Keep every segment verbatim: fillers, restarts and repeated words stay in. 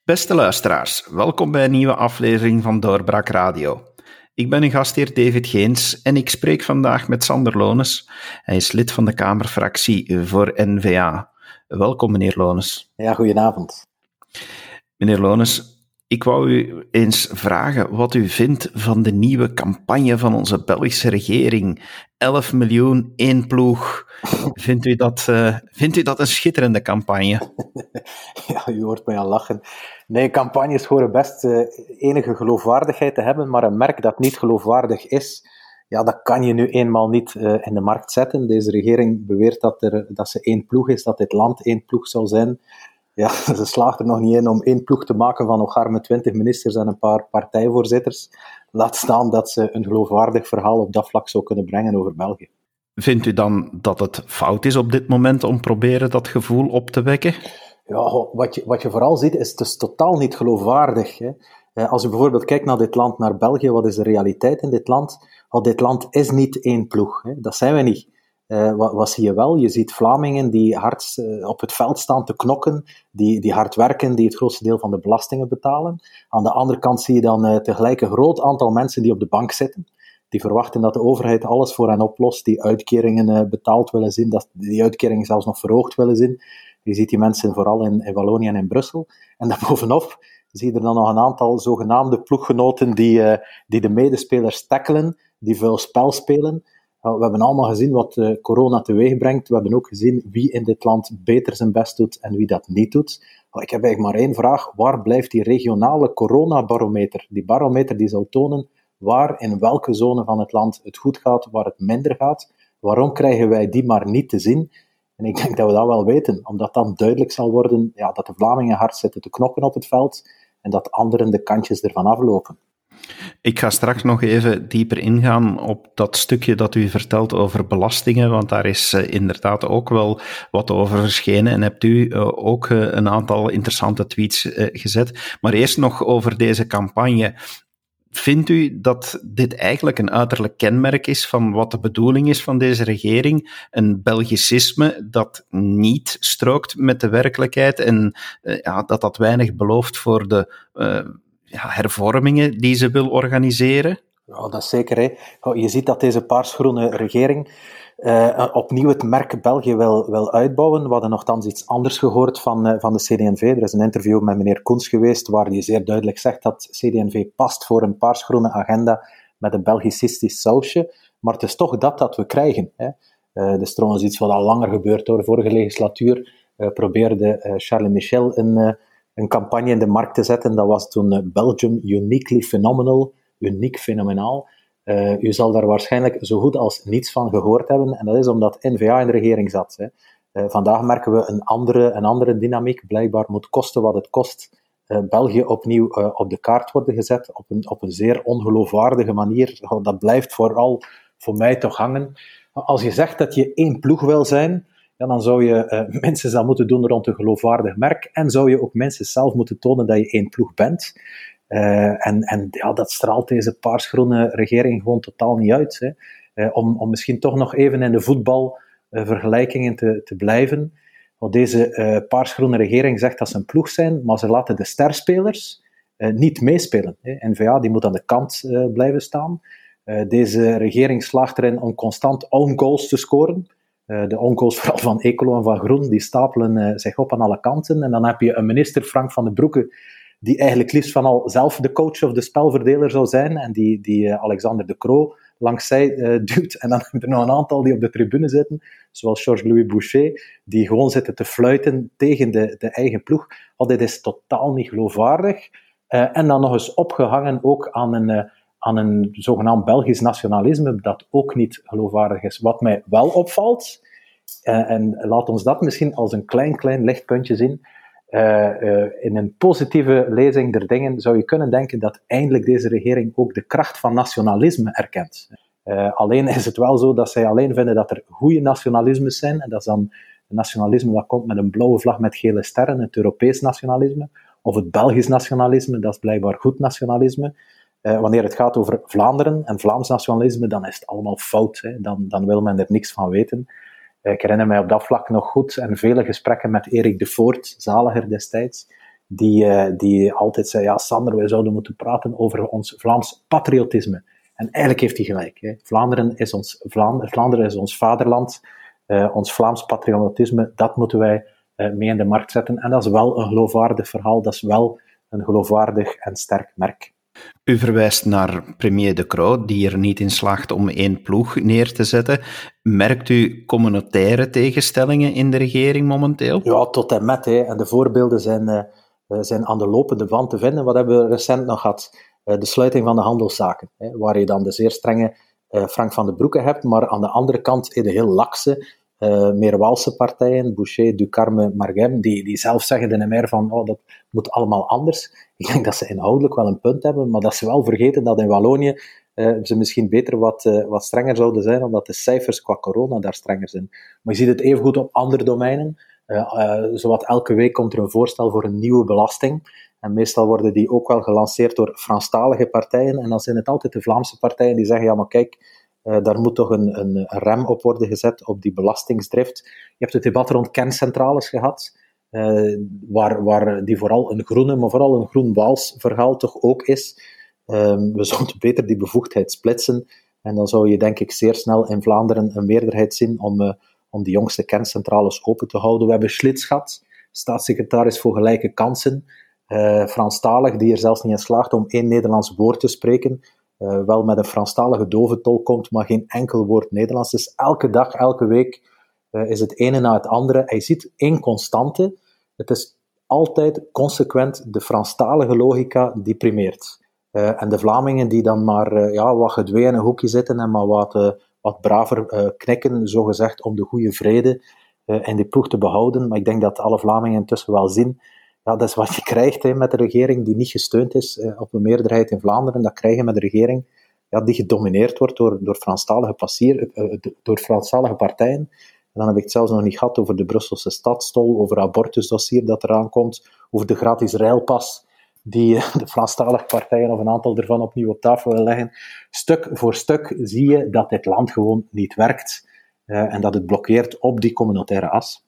Beste luisteraars, welkom bij een nieuwe aflevering van Doorbraak Radio. Ik ben uw gastheer David Geens en ik spreek vandaag met Sander Lones. Hij is lid van de Kamerfractie voor N V A. Welkom, meneer Lones. Ja, goedenavond. Meneer Lones, ik wou u eens vragen wat u vindt van de nieuwe campagne van onze Belgische regering. elf miljoen, één ploeg. Vindt u dat, uh, vindt u dat een schitterende campagne? Ja, u hoort mij al lachen. Nee, campagnes horen best uh, enige geloofwaardigheid te hebben, maar een merk dat niet geloofwaardig is, ja, dat kan je nu eenmaal niet uh, in de markt zetten. Deze regering beweert dat, er, dat ze één ploeg is, dat dit land één ploeg zou zijn. Ja, ze slaagt er nog niet in om één ploeg te maken van nog arme twintig ministers en een paar partijvoorzitters. Laat staan dat ze een geloofwaardig verhaal op dat vlak zou kunnen brengen over België. Vindt u dan dat het fout is op dit moment om proberen dat gevoel op te wekken? Ja, wat je, wat je vooral ziet, is het is totaal niet geloofwaardig. Hè. Als je bijvoorbeeld kijkt naar dit land, naar België, wat is de realiteit in dit land? Well, dit land is niet één ploeg. Hè. Dat zijn we niet. Uh, wat, wat zie je wel? Je ziet Vlamingen die hard uh, op het veld staan te knokken, die, die hard werken, die het grootste deel van de belastingen betalen. Aan de andere kant zie je dan uh, tegelijk een groot aantal mensen die op de bank zitten, die verwachten dat de overheid alles voor hen oplost, die uitkeringen uh, betaald willen zien, dat die uitkeringen zelfs nog verhoogd willen zien. Je ziet die mensen vooral in, in Wallonië en in Brussel. En daarbovenop zie je er dan nog een aantal zogenaamde ploeggenoten die, uh, die de medespelers tackelen, die vuil spel spelen. We hebben allemaal gezien wat uh, corona teweeg brengt. We hebben ook gezien wie in dit land beter zijn best doet en wie dat niet doet. Ik heb eigenlijk maar één vraag. Waar blijft die regionale coronabarometer? Die barometer die zal tonen waar in welke zone van het land het goed gaat, waar het minder gaat. Waarom krijgen wij die maar niet te zien? En ik denk dat we dat wel weten, omdat dan duidelijk zal worden ja, dat de Vlamingen hard zitten te knokken op het veld en dat anderen de kantjes ervan aflopen. Ik ga straks nog even dieper ingaan op dat stukje dat u vertelt over belastingen, want daar is uh, inderdaad ook wel wat over verschenen en hebt u uh, ook uh, een aantal interessante tweets uh, gezet. Maar eerst nog over deze campagne. Vindt u dat dit eigenlijk een uiterlijk kenmerk is van wat de bedoeling is van deze regering? Een Belgicisme dat niet strookt met de werkelijkheid en uh, ja, dat dat weinig belooft voor de uh, ja, hervormingen die ze wil organiseren? Ja, dat is zeker. Hè. Je ziet dat deze paarsgroene regering uh, opnieuw het merk België wil, wil uitbouwen. We hadden nogthans iets anders gehoord van, uh, van de C D en V. Er is een interview met meneer Koens geweest waar hij zeer duidelijk zegt dat C D en V past voor een paarsgroene agenda met een Belgicistisch sausje. Maar het is toch dat dat we krijgen. Hè. Uh, dat is trouwens iets wat al langer gebeurt. Door de vorige legislatuur uh, probeerde uh, Charles Michel een, uh, een campagne in de markt te zetten. Dat was toen uh, Belgium Uniquely Phenomenal. Uniek, fenomenaal. Uh, u zal daar waarschijnlijk zo goed als niets van gehoord hebben. En dat is omdat N V A in de regering zat. Hè. Uh, vandaag merken we een andere, een andere dynamiek. Blijkbaar moet kosten wat het kost uh, België opnieuw uh, op de kaart worden gezet. Op een, op een zeer ongeloofwaardige manier. Oh, dat blijft vooral voor mij toch hangen. Als je zegt dat je één ploeg wil zijn, ja, dan zou je uh, mensen dat moeten doen rond een geloofwaardig merk. En zou je ook mensen zelf moeten tonen dat je één ploeg bent. Uh, en en ja, dat straalt deze paarsgroene regering gewoon totaal niet uit. Hè. Uh, om, om misschien toch nog even in de voetbalvergelijkingen uh, te, te blijven. Want deze uh, paarsgroene regering zegt dat ze een ploeg zijn, maar ze laten de sterspelers uh, niet meespelen. Hè. N V A die moet aan de kant uh, blijven staan. Uh, deze regering slaagt erin om constant own goals te scoren. Uh, de own goals vooral van Ecolo en van Groen, die stapelen uh, zich op aan alle kanten. En dan heb je een minister, Frank van den Broeke, die eigenlijk liefst van al zelf de coach of de spelverdeler zou zijn, en die, die uh, Alexander De Croo langs zij uh, duwt. En dan heb je er nog een aantal die op de tribune zitten, zoals Georges-Louis Boucher, die gewoon zitten te fluiten tegen de, de eigen ploeg. Want dit is totaal niet geloofwaardig. Uh, en dan nog eens opgehangen ook aan een, uh, aan een zogenaamd Belgisch nationalisme, dat ook niet geloofwaardig is. Wat mij wel opvalt, uh, en laat ons dat misschien als een klein, klein lichtpuntje zien. Uh, uh, in een positieve lezing der dingen zou je kunnen denken dat eindelijk deze regering ook de kracht van nationalisme erkent. Uh, alleen is het wel zo dat zij alleen vinden dat er goede nationalismes zijn, en dat is dan een nationalisme dat komt met een blauwe vlag met gele sterren, het Europees nationalisme, of het Belgisch nationalisme, dat is blijkbaar goed nationalisme. Uh, wanneer het gaat over Vlaanderen en Vlaams nationalisme, dan is het allemaal fout. Hè. Dan, dan wil men er niks van weten. Ik herinner mij op dat vlak nog goed en vele gesprekken met Erik de Voort, zaliger destijds, die, uh, die altijd zei, ja, Sander, wij zouden moeten praten over ons Vlaams patriotisme. En eigenlijk heeft hij gelijk. Hè. Vlaanderen is ons, Vlaanderen, Vlaanderen is ons vaderland. Uh, ons Vlaams patriotisme, dat moeten wij uh, mee in de markt zetten. En dat is wel een geloofwaardig verhaal, dat is wel een geloofwaardig en sterk merk. U verwijst naar premier De Croo, die er niet in slaagt om één ploeg neer te zetten. Merkt u communautaire tegenstellingen in de regering momenteel? Ja, tot en met. Hè. En de voorbeelden zijn, uh, zijn aan de lopende band te vinden. Wat hebben we recent nog gehad? Uh, de sluiting van de handelszaken, hè, waar je dan de zeer strenge uh, Frank van den Broeke hebt, maar aan de andere kant de heel lakse, uh, meer Waalse partijen, Boucher, Ducarme, Margem, die, die zelf zeggen de M R van, oh, dat moet allemaal anders. Ik denk dat ze inhoudelijk wel een punt hebben, maar dat ze wel vergeten dat in Wallonië uh, ze misschien beter wat, uh, wat strenger zouden zijn, omdat de cijfers qua corona daar strenger zijn. Maar je ziet het evengoed op andere domeinen. Uh, uh, zowat elke week komt er een voorstel voor een nieuwe belasting. En meestal worden die ook wel gelanceerd door Franstalige partijen. En dan zijn het altijd de Vlaamse partijen die zeggen, ja, maar kijk, uh, daar moet toch een, een, een rem op worden gezet, op die belastingsdrift. Je hebt het debat rond kerncentrales gehad, uh, waar, waar die vooral een groene, maar vooral een groen-Waals verhaal toch ook is. Um, we zouden beter die bevoegdheid splitsen. En dan zou je denk ik zeer snel in Vlaanderen een meerderheid zien om, uh, om die jongste kerncentrales open te houden. We hebben Schlitz gehad, staatssecretaris voor gelijke kansen. Uh, Franstalig, die er zelfs niet in slaagt om één Nederlands woord te spreken. Uh, wel met een Franstalige doventolk komt, maar geen enkel woord Nederlands. Dus elke dag, elke week uh, is het ene na het andere. Hij ziet één constante. Het is altijd consequent de Franstalige logica die primeert. Uh, en de Vlamingen die dan maar uh, ja, wat gedwee in een hoekje zitten en maar wat, uh, wat braver uh, knikken, zogezegd, om de goede vrede uh, in die ploeg te behouden. Maar ik denk dat alle Vlamingen intussen wel zien. Ja, dat is wat je krijgt hè, met de regering die niet gesteund is uh, op een meerderheid in Vlaanderen. Dat krijg je met de regering ja, die gedomineerd wordt door, door, Franstalige passier, uh, door Franstalige partijen. En dan heb ik het zelfs nog niet gehad over de Brusselse stadstol, over het abortusdossier dat eraan komt, over de gratis railpas die uh, de Franstalige partijen of een aantal ervan opnieuw op tafel willen leggen. Stuk voor stuk zie je dat dit land gewoon niet werkt uh, en dat het blokkeert op die communautaire as.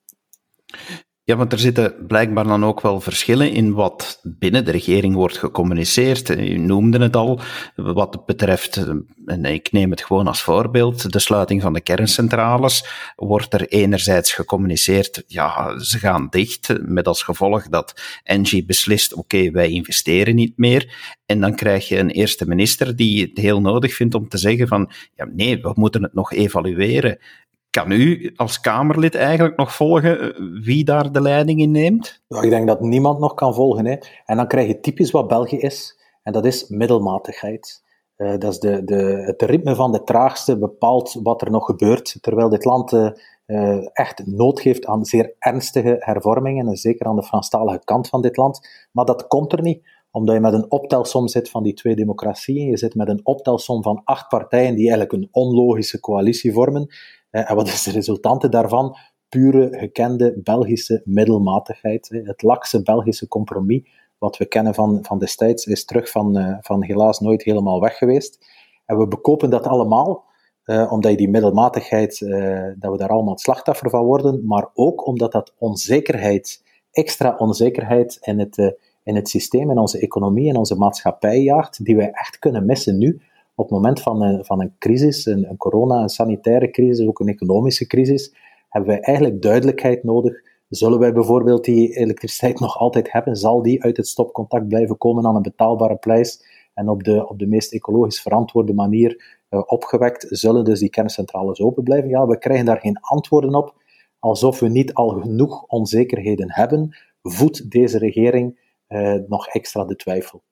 Ja, want er zitten blijkbaar dan ook wel verschillen in wat binnen de regering wordt gecommuniceerd. U noemde het al, wat betreft, en ik neem het gewoon als voorbeeld, de sluiting van de kerncentrales, wordt er enerzijds gecommuniceerd, ja, ze gaan dicht, met als gevolg dat Engie beslist, oké, okay, wij investeren niet meer. En dan krijg je een eerste minister die het heel nodig vindt om te zeggen van, ja, nee, we moeten het nog evalueren. Kan u als Kamerlid eigenlijk nog volgen wie daar de leiding in neemt? Ja, ik denk dat niemand nog kan volgen. Hè. En dan krijg je typisch wat België is, en dat is middelmatigheid. Uh, dat is de, de, het ritme van de traagste bepaalt wat er nog gebeurt, terwijl dit land uh, uh, echt nood geeft aan zeer ernstige hervormingen, en zeker aan de Franstalige kant van dit land. Maar dat komt er niet, omdat je met een optelsom zit van die twee democratieën, je zit met een optelsom van acht partijen die eigenlijk een onlogische coalitie vormen. En wat is de resultante daarvan? Pure, gekende Belgische middelmatigheid. Het lakse Belgische compromis, wat we kennen van, van destijds, is terug van, uh, van helaas nooit helemaal weg geweest. En we bekopen dat allemaal, uh, omdat je die middelmatigheid, uh, dat we daar allemaal het slachtoffer van worden, maar ook omdat dat onzekerheid, extra onzekerheid in het, uh, in het systeem, in onze economie, in onze maatschappij jaagt, die wij echt kunnen missen nu. Op het moment van een, van een crisis, een, een corona, een sanitaire crisis, ook een economische crisis, hebben wij eigenlijk duidelijkheid nodig. Zullen wij bijvoorbeeld die elektriciteit nog altijd hebben? Zal die uit het stopcontact blijven komen aan een betaalbare prijs en op de, op de meest ecologisch verantwoorde manier uh, opgewekt? Zullen dus die kerncentrales open blijven? Ja, we krijgen daar geen antwoorden op. Alsof we niet al genoeg onzekerheden hebben, voedt deze regering uh, nog extra de twijfel.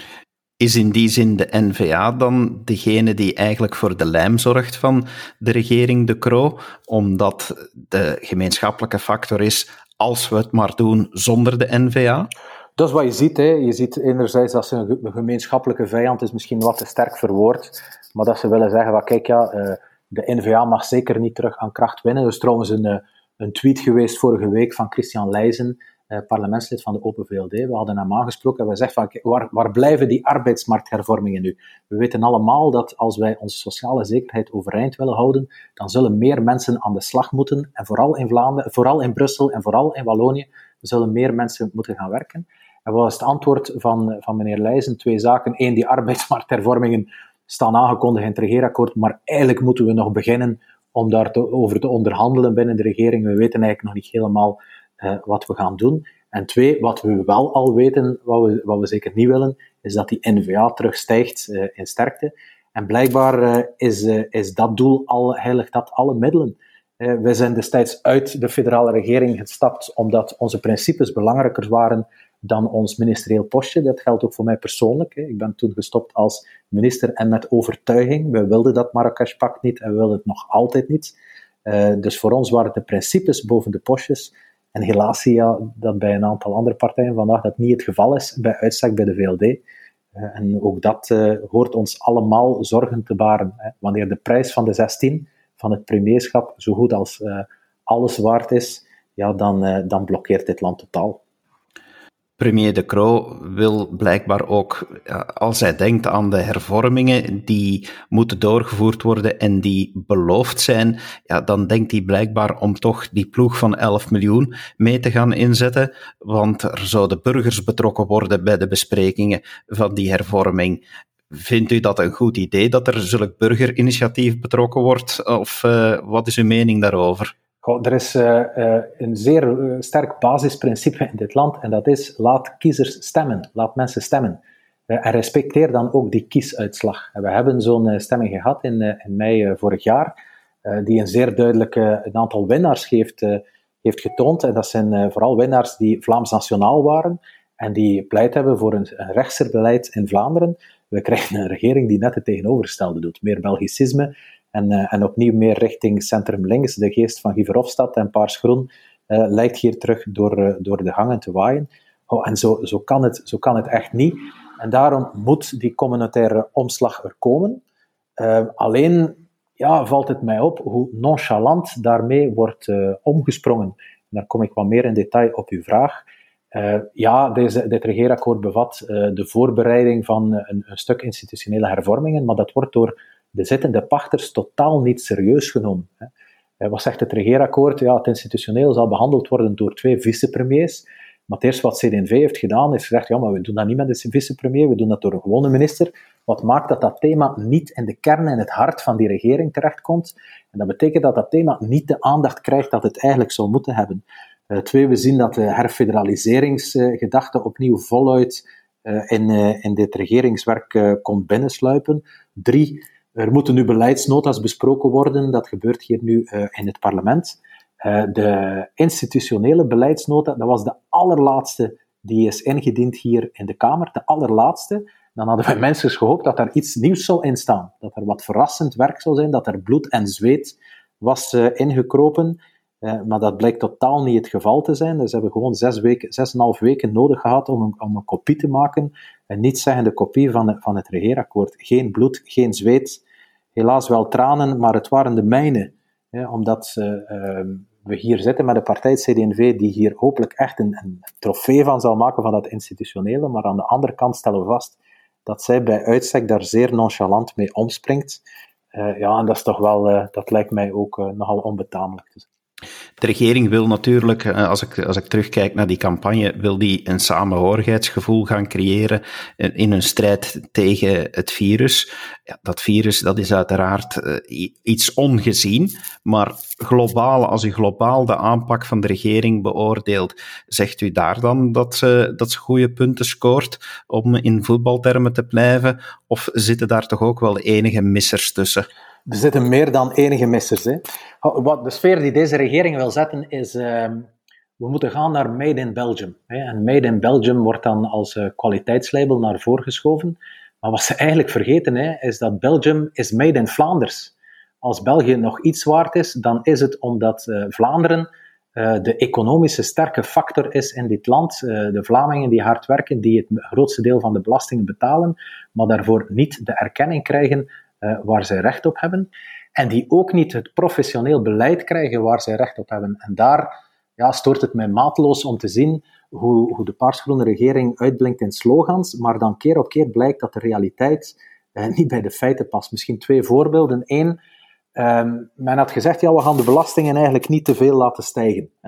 Is in die zin de N V A dan degene die eigenlijk voor de lijm zorgt van de regering De Croo, omdat de gemeenschappelijke factor is, als we het maar doen zonder de N V A? Dat is wat je ziet. Hè. Je ziet enerzijds dat ze een gemeenschappelijke vijand is, misschien wat te sterk verwoord, maar dat ze willen zeggen, wat, kijk ja, de N V A mag zeker niet terug aan kracht winnen. Er is trouwens een, een tweet geweest vorige week van Christian Leijzen, Uh, parlementslid van de Open V L D. We hadden hem aangesproken en we zeggen van, waar, waar blijven die arbeidsmarkthervormingen nu? We weten allemaal dat als wij onze sociale zekerheid overeind willen houden, dan zullen meer mensen aan de slag moeten, en vooral in Vlaanderen, vooral in Brussel en vooral in Wallonië, zullen meer mensen moeten gaan werken. En wat was het antwoord van, van meneer Leijzen? Twee zaken. Eén, die arbeidsmarkthervormingen staan aangekondigd in het regeerakkoord, maar eigenlijk moeten we nog beginnen om daarover te onderhandelen binnen de regering. We weten eigenlijk nog niet helemaal uh, wat we gaan doen. En twee, wat we wel al weten, wat we, wat we zeker niet willen, is dat die N V A terugstijgt uh, in sterkte. En blijkbaar uh, is, uh, is dat doel al, heiligt dat alle middelen. Uh, we zijn destijds uit de federale regering gestapt omdat onze principes belangrijker waren dan ons ministerieel postje. Dat geldt ook voor mij persoonlijk. Hè. Ik ben toen gestopt als minister en met overtuiging. We wilden dat Marrakesh-pact niet en we wilden het nog altijd niet. Uh, dus voor ons waren de principes boven de postjes. En helaas zie je dat bij een aantal andere partijen vandaag dat niet het geval is, bij uitstek bij de V L D. Uh, en ook dat uh, hoort ons allemaal zorgen te baren. Hè. Wanneer de prijs van de zestien van het premierschap zo goed als uh, alles waard is, ja, dan, uh, dan blokkeert dit land totaal. Premier De Croo wil blijkbaar ook, als hij denkt aan de hervormingen die moeten doorgevoerd worden en die beloofd zijn, ja, dan denkt hij blijkbaar om toch die ploeg van elf miljoen mee te gaan inzetten, want er zouden burgers betrokken worden bij de besprekingen van die hervorming. Vindt u dat een goed idee, dat er zulk burgerinitiatief betrokken wordt, of uh, wat is uw mening daarover? Goh, er is uh, uh, een zeer uh, sterk basisprincipe in dit land en dat is, laat kiezers stemmen, laat mensen stemmen. Uh, en respecteer dan ook die kiesuitslag. En we hebben zo'n uh, stemming gehad in, uh, in mei uh, vorig jaar, uh, die een zeer duidelijk uh, een aantal winnaars heeft, uh, heeft getoond. En dat zijn uh, vooral winnaars die Vlaams nationaal waren en die pleit hebben voor een, een rechtser beleid in Vlaanderen. We krijgen een regering die net het tegenovergestelde doet. Meer Belgicisme. En, uh, en opnieuw meer richting centrum-links. De geest van Guy Verhofstadt en Paars-Groen uh, lijkt hier terug door, uh, door de gangen te waaien. Oh, en zo, zo, kan het, zo kan het echt niet. En daarom moet die communautaire omslag er komen. Uh, alleen ja, valt het mij op hoe nonchalant daarmee wordt uh, omgesprongen. En daar kom ik wat meer in detail op uw vraag. Uh, ja, deze, dit regeerakkoord bevat uh, de voorbereiding van een, een stuk institutionele hervormingen, maar dat wordt door de zittende pachters totaal niet serieus genomen. Hè. Wat zegt het regeerakkoord? Ja, het institutioneel zal behandeld worden door twee vicepremiers. Maar het eerste wat C D en V heeft gedaan, is gezegd, ja, maar we doen dat niet met de vicepremier, we doen dat door een gewone minister. Wat maakt dat dat thema niet in de kern en het hart van die regering terechtkomt? En dat betekent dat dat thema niet de aandacht krijgt dat het eigenlijk zou moeten hebben. Uh, twee, we zien dat de herfederaliseringsgedachte opnieuw voluit uh, in, uh, in dit regeringswerk uh, komt binnensluipen. Drie, er moeten nu beleidsnota's besproken worden. Dat gebeurt hier nu uh, in het parlement. Uh, de institutionele beleidsnota, dat was de allerlaatste die is ingediend hier in de Kamer. De allerlaatste. Dan hadden wij mensen gehoopt dat daar iets nieuws zou in staan. Dat er wat verrassend werk zou zijn, dat er bloed en zweet was uh, ingekropen. Uh, maar dat blijkt totaal niet het geval te zijn. Dus ze hebben gewoon zes weken, zes en een half weken nodig gehad om een, om een kopie te maken. En niet zeggende kopie van, de, van het regeerakkoord. Geen bloed, geen zweet. Helaas wel tranen, maar het waren de mijne. Ja, omdat uh, uh, we hier zitten met een partij, C D en V, die hier hopelijk echt een, een trofee van zal maken van dat institutionele. Maar aan de andere kant stellen we vast dat zij bij uitstek daar zeer nonchalant mee omspringt. Uh, ja, en dat is toch wel, uh, dat lijkt mij ook uh, nogal onbetamelijk te zijn. De regering wil natuurlijk, als ik, als ik terugkijk naar die campagne, wil die een samenhorigheidsgevoel gaan creëren in hun strijd tegen het virus. Ja, dat virus, dat is uiteraard uh, iets ongezien, maar globaal, als u globaal de aanpak van de regering beoordeelt, zegt u daar dan dat ze, dat ze goede punten scoort om in voetbaltermen te blijven, of zitten daar toch ook wel enige missers tussen? Er zitten meer dan enige missers. Hè. Wat de sfeer die deze regering wil zetten is, uh, we moeten gaan naar Made in Belgium. Hè. En Made in Belgium wordt dan als uh, kwaliteitslabel naar voren geschoven. Maar wat ze eigenlijk vergeten, hè, is dat Belgium is Made in Vlaanders. Als België nog iets waard is, dan is het omdat uh, Vlaanderen uh, de economische sterke factor is in dit land. Uh, de Vlamingen die hard werken, die het grootste deel van de belastingen betalen, maar daarvoor niet de erkenning krijgen Uh, waar zij recht op hebben, en die ook niet het professioneel beleid krijgen waar zij recht op hebben. En daar ja, stoort het mij mateloos om te zien hoe, hoe de paarsgroene regering uitblinkt in slogans, maar dan keer op keer blijkt dat de realiteit uh, niet bij de feiten past. Misschien twee voorbeelden. Eén, um, men had gezegd, ja, we gaan de belastingen eigenlijk niet te veel laten stijgen. Hè.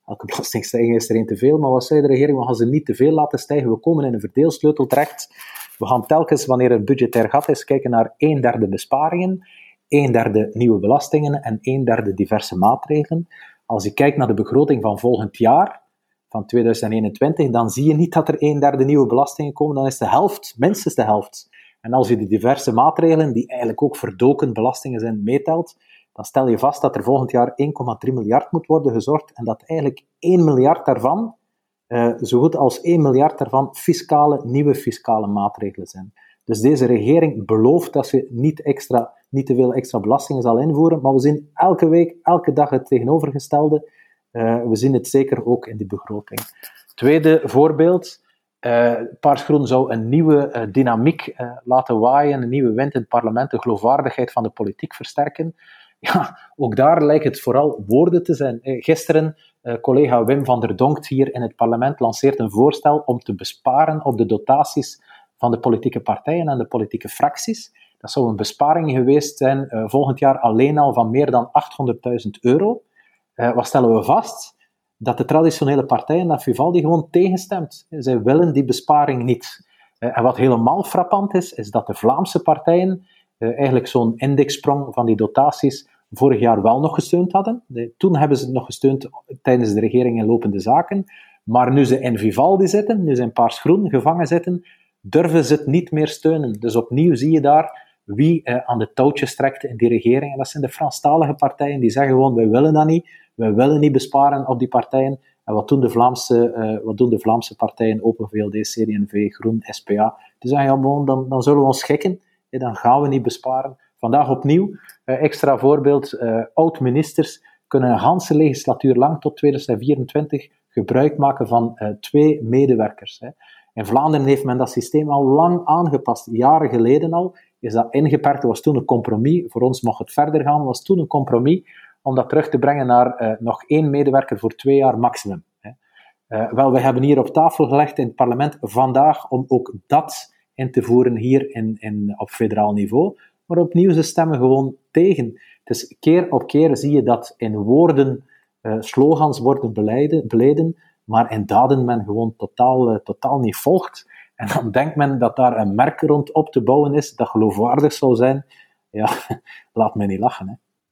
elke belastingstijging is er één te veel, maar wat zei de regering? We gaan ze niet te veel laten stijgen, we komen in een verdeelsleutel terecht. We gaan telkens, wanneer er een budgetair gat is, kijken naar een derde besparingen, een derde nieuwe belastingen en een derde diverse maatregelen. Als je kijkt naar de begroting van volgend jaar, van tweeduizend eenentwintig, dan zie je niet dat er een derde nieuwe belastingen komen, dan is de helft, minstens de helft. En als je de diverse maatregelen, die eigenlijk ook verdoken belastingen zijn, meetelt, dan stel je vast dat er volgend jaar één komma drie miljard moet worden gezorgd en dat eigenlijk één miljard daarvan, uh, zo goed als één miljard daarvan, fiscale, nieuwe fiscale maatregelen zijn. Dus deze regering belooft dat ze niet, extra, niet te veel extra belastingen zal invoeren, maar we zien elke week, elke dag het tegenovergestelde. Uh, we zien het zeker ook in die begroting. Tweede voorbeeld. Uh, Paars-Groen zou een nieuwe uh, dynamiek uh, laten waaien, een nieuwe wind in het parlement, de geloofwaardigheid van de politiek versterken. Ja, ook daar lijkt het vooral woorden te zijn. Uh, gisteren, uh, collega Wim van der Donkt hier in het parlement lanceert een voorstel om te besparen op de dotaties van de politieke partijen en de politieke fracties. Dat zou een besparing geweest zijn uh, volgend jaar alleen al van meer dan achthonderdduizend euro. Uh, wat stellen we vast? Dat de traditionele partijen, dat Vivaldi gewoon tegenstemt. Zij willen die besparing niet. Uh, en wat helemaal frappant is, is dat de Vlaamse partijen uh, eigenlijk zo'n indexsprong van die dotaties vorig jaar wel nog gesteund hadden. De, toen hebben ze het nog gesteund tijdens de regering in lopende zaken. Maar nu ze in Vivaldi zitten, nu ze in Paars-Groen gevangen zitten, durven ze het niet meer steunen. Dus opnieuw zie je daar wie uh, aan de touwtjes trekt in die regering. En dat zijn de Franstalige partijen, die zeggen gewoon, wij willen dat niet. Wij willen niet besparen op die partijen. En wat doen de Vlaamse, uh, wat doen de Vlaamse partijen, Open V L D, C D en V, Groen, S P A? Die zeggen, ja, bon, dan, dan zullen we ons schikken. Ja, dan gaan we niet besparen. Vandaag opnieuw, uh, extra voorbeeld, uh, oud-ministers kunnen een ganse legislatuur lang tot tweeduizend vierentwintig gebruik maken van uh, twee medewerkers. Hè. In Vlaanderen heeft men dat systeem al lang aangepast, jaren geleden al. Is dat ingeperkt, dat was toen een compromis. Voor ons mocht het verder gaan, dat was toen een compromis om dat terug te brengen naar uh, nog één medewerker voor twee jaar maximum. Hè. Uh, wel, we hebben hier op tafel gelegd in het parlement vandaag om ook dat in te voeren hier in, in, op federaal niveau. Maar opnieuw, ze stemmen gewoon tegen. Dus keer op keer zie je dat in woorden uh, slogans worden beleiden, beleden, maar in daden men gewoon totaal, uh, totaal niet volgt. En dan denkt men dat daar een merk rond op te bouwen is, dat geloofwaardig zou zijn. Ja, laat me niet lachen, hè.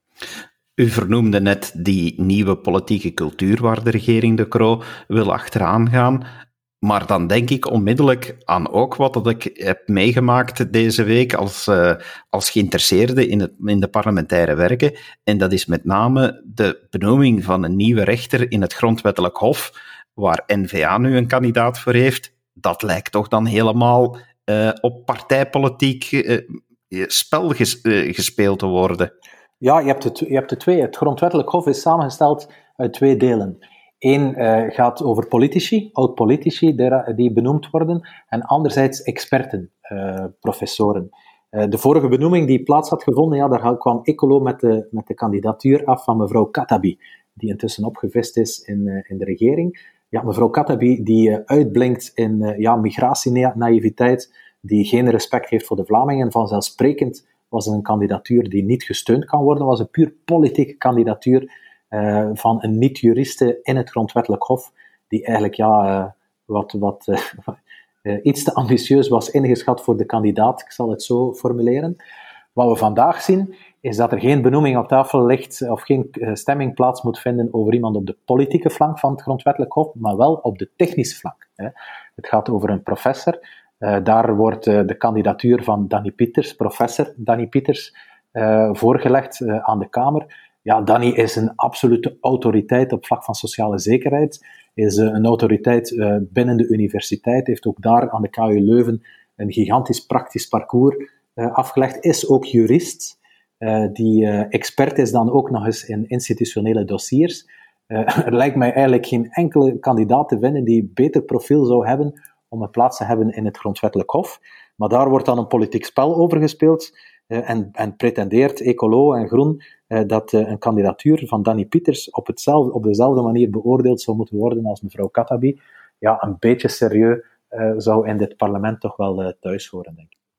U vernoemde net die nieuwe politieke cultuur waar de regering De Croo wil achteraan gaan. Maar dan denk ik onmiddellijk aan ook wat dat ik heb meegemaakt deze week als, uh, als geïnteresseerde in, het, in de parlementaire werken. En dat is met name de benoeming van een nieuwe rechter in het Grondwettelijk Hof, waar N V A nu een kandidaat voor heeft. Dat lijkt toch dan helemaal uh, op partijpolitiek uh, spel ges, uh, gespeeld te worden. Ja, je hebt, het, je hebt de twee. Het Grondwettelijk Hof is samengesteld uit twee delen. Eén uh, gaat over politici, oud-politici die, die benoemd worden, en anderzijds experten, uh, professoren. Uh, de vorige benoeming die plaats had gevonden, ja, daar kwam Ecolo met de, met de kandidatuur af van mevrouw Khattabi, die intussen opgevist is in, uh, in de regering. Ja, mevrouw Khattabi die uh, uitblinkt in uh, ja, migratie-naïviteit, die geen respect heeft voor de Vlamingen, vanzelfsprekend was een kandidatuur die niet gesteund kan worden, was een puur politieke kandidatuur uh, van een niet-juriste in het Grondwettelijk Hof, die eigenlijk ja, uh, wat, wat, uh, uh, iets te ambitieus was ingeschat voor de kandidaat, ik zal het zo formuleren. Wat we vandaag zien, is dat er geen benoeming op tafel ligt, of geen uh, stemming plaats moet vinden over iemand op de politieke flank van het Grondwettelijk Hof, maar wel op de technische flank. Hè. Het gaat over een professor. Uh, daar wordt uh, de kandidatuur van Danny Pieters, professor Danny Pieters, uh, voorgelegd uh, aan de Kamer. Ja, Danny is een absolute autoriteit op vlak van sociale zekerheid, is uh, een autoriteit uh, binnen de universiteit, heeft ook daar aan de K U Leuven een gigantisch praktisch parcours uh, afgelegd, is ook jurist, uh, die uh, expert is dan ook nog eens in institutionele dossiers. Uh, er lijkt mij eigenlijk geen enkele kandidaat te vinden die beter profiel zou hebben om een plaats te hebben in het Grondwettelijk Hof. Maar daar wordt dan een politiek spel over gespeeld uh, en, en pretendeert Ecolo en Groen uh, dat uh, een kandidatuur van Danny Pieters op, hetzelfde, op dezelfde manier beoordeeld zou moeten worden als mevrouw Khattabi. Ja, een beetje serieus uh, zou in dit parlement toch wel uh, thuis horen, denk ik.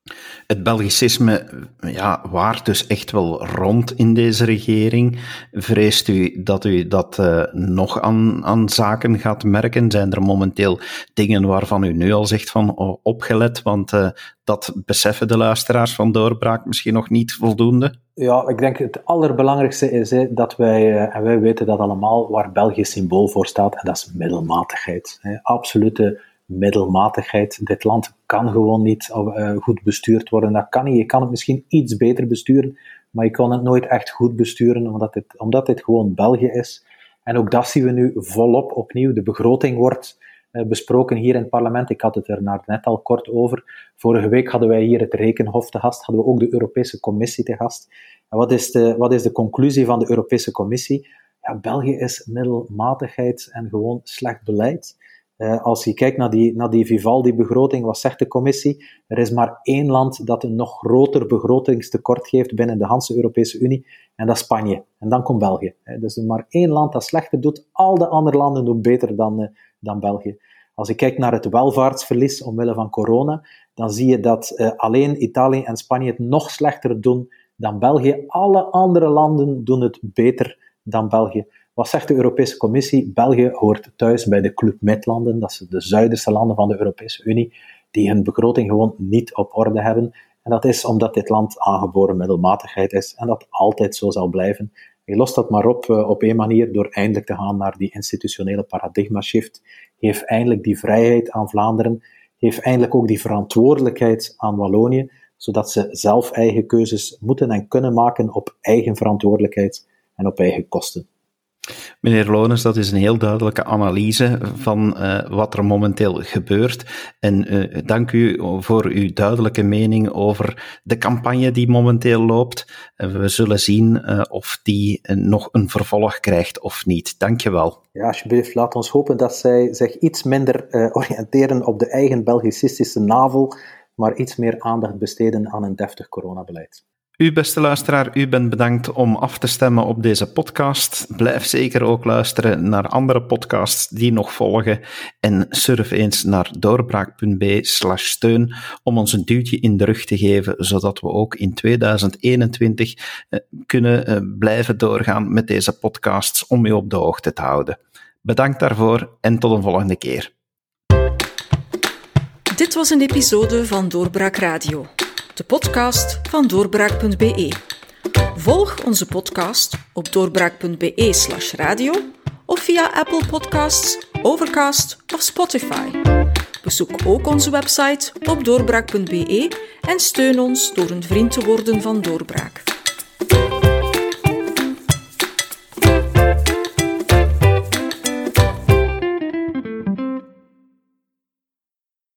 Het Belgicisme ja, waart dus echt wel rond in deze regering. Vreest u dat u dat uh, nog aan, aan zaken gaat merken? Zijn er momenteel dingen waarvan u nu al zegt van oh, opgelet, want uh, dat beseffen de luisteraars van Doorbraak misschien nog niet voldoende? Ja, ik denk het allerbelangrijkste is hè, dat wij, uh, en wij weten dat allemaal, waar België symbool voor staat, en dat is middelmatigheid. Hè. Absolute middelmatigheid. Dit land kan gewoon niet uh, goed bestuurd worden. Dat kan niet. Je kan het misschien iets beter besturen, maar je kan het nooit echt goed besturen, omdat dit, omdat dit gewoon België is. En ook dat zien we nu volop opnieuw. De begroting wordt uh, besproken hier in het parlement. Ik had het er net al kort over. Vorige week hadden wij hier het Rekenhof te gast, hadden we ook de Europese Commissie te gast. En wat is de, wat is de conclusie van de Europese Commissie? Ja, België is middelmatigheid en gewoon slecht beleid. Uh, als je kijkt naar die, naar die Vivaldi-begroting, wat zegt de commissie? Er is maar één land dat een nog groter begrotingstekort geeft binnen de hele Europese Unie, en dat is Spanje. En dan komt België. Dus er is maar één land dat slechter doet, al de andere landen doen beter dan, uh, dan België. Als je kijkt naar het welvaartsverlies omwille van corona, dan zie je dat uh, alleen Italië en Spanje het nog slechter doen dan België. Alle andere landen doen het beter dan België. Wat zegt de Europese Commissie? België hoort thuis bij de Club Midlanden, dat zijn de zuiderste landen van de Europese Unie, die hun begroting gewoon niet op orde hebben. En dat is omdat dit land aangeboren middelmatigheid is en dat altijd zo zal blijven. Je lost dat maar op uh, op één manier, door eindelijk te gaan naar die institutionele paradigma-shift. Geef eindelijk die vrijheid aan Vlaanderen, geef eindelijk ook die verantwoordelijkheid aan Wallonië, zodat ze zelf eigen keuzes moeten en kunnen maken op eigen verantwoordelijkheid en op eigen kosten. Meneer Lones, dat is een heel duidelijke analyse van uh, wat er momenteel gebeurt. En uh, dank u voor uw duidelijke mening over de campagne die momenteel loopt. Uh, we zullen zien uh, of die uh, nog een vervolg krijgt of niet. Dank je wel. Ja, alsjeblieft, laat ons hopen dat zij zich iets minder uh, oriënteren op de eigen Belgicistische navel, maar iets meer aandacht besteden aan een deftig coronabeleid. U, beste luisteraar, u bent bedankt om af te stemmen op deze podcast. Blijf zeker ook luisteren naar andere podcasts die nog volgen en surf eens naar doorbraak.be slash steun om ons een duwtje in de rug te geven, zodat we ook in tweeduizend eenentwintig uh, kunnen uh, blijven doorgaan met deze podcasts om u op de hoogte te houden. Bedankt daarvoor en tot een volgende keer. Dit was een episode van Doorbraak Radio, de podcast van doorbraak.be. Volg onze podcast op doorbraak.be slash radio of via Apple Podcasts, Overcast of Spotify. Bezoek ook onze website op doorbraak.be en steun ons door een vriend te worden van Doorbraak.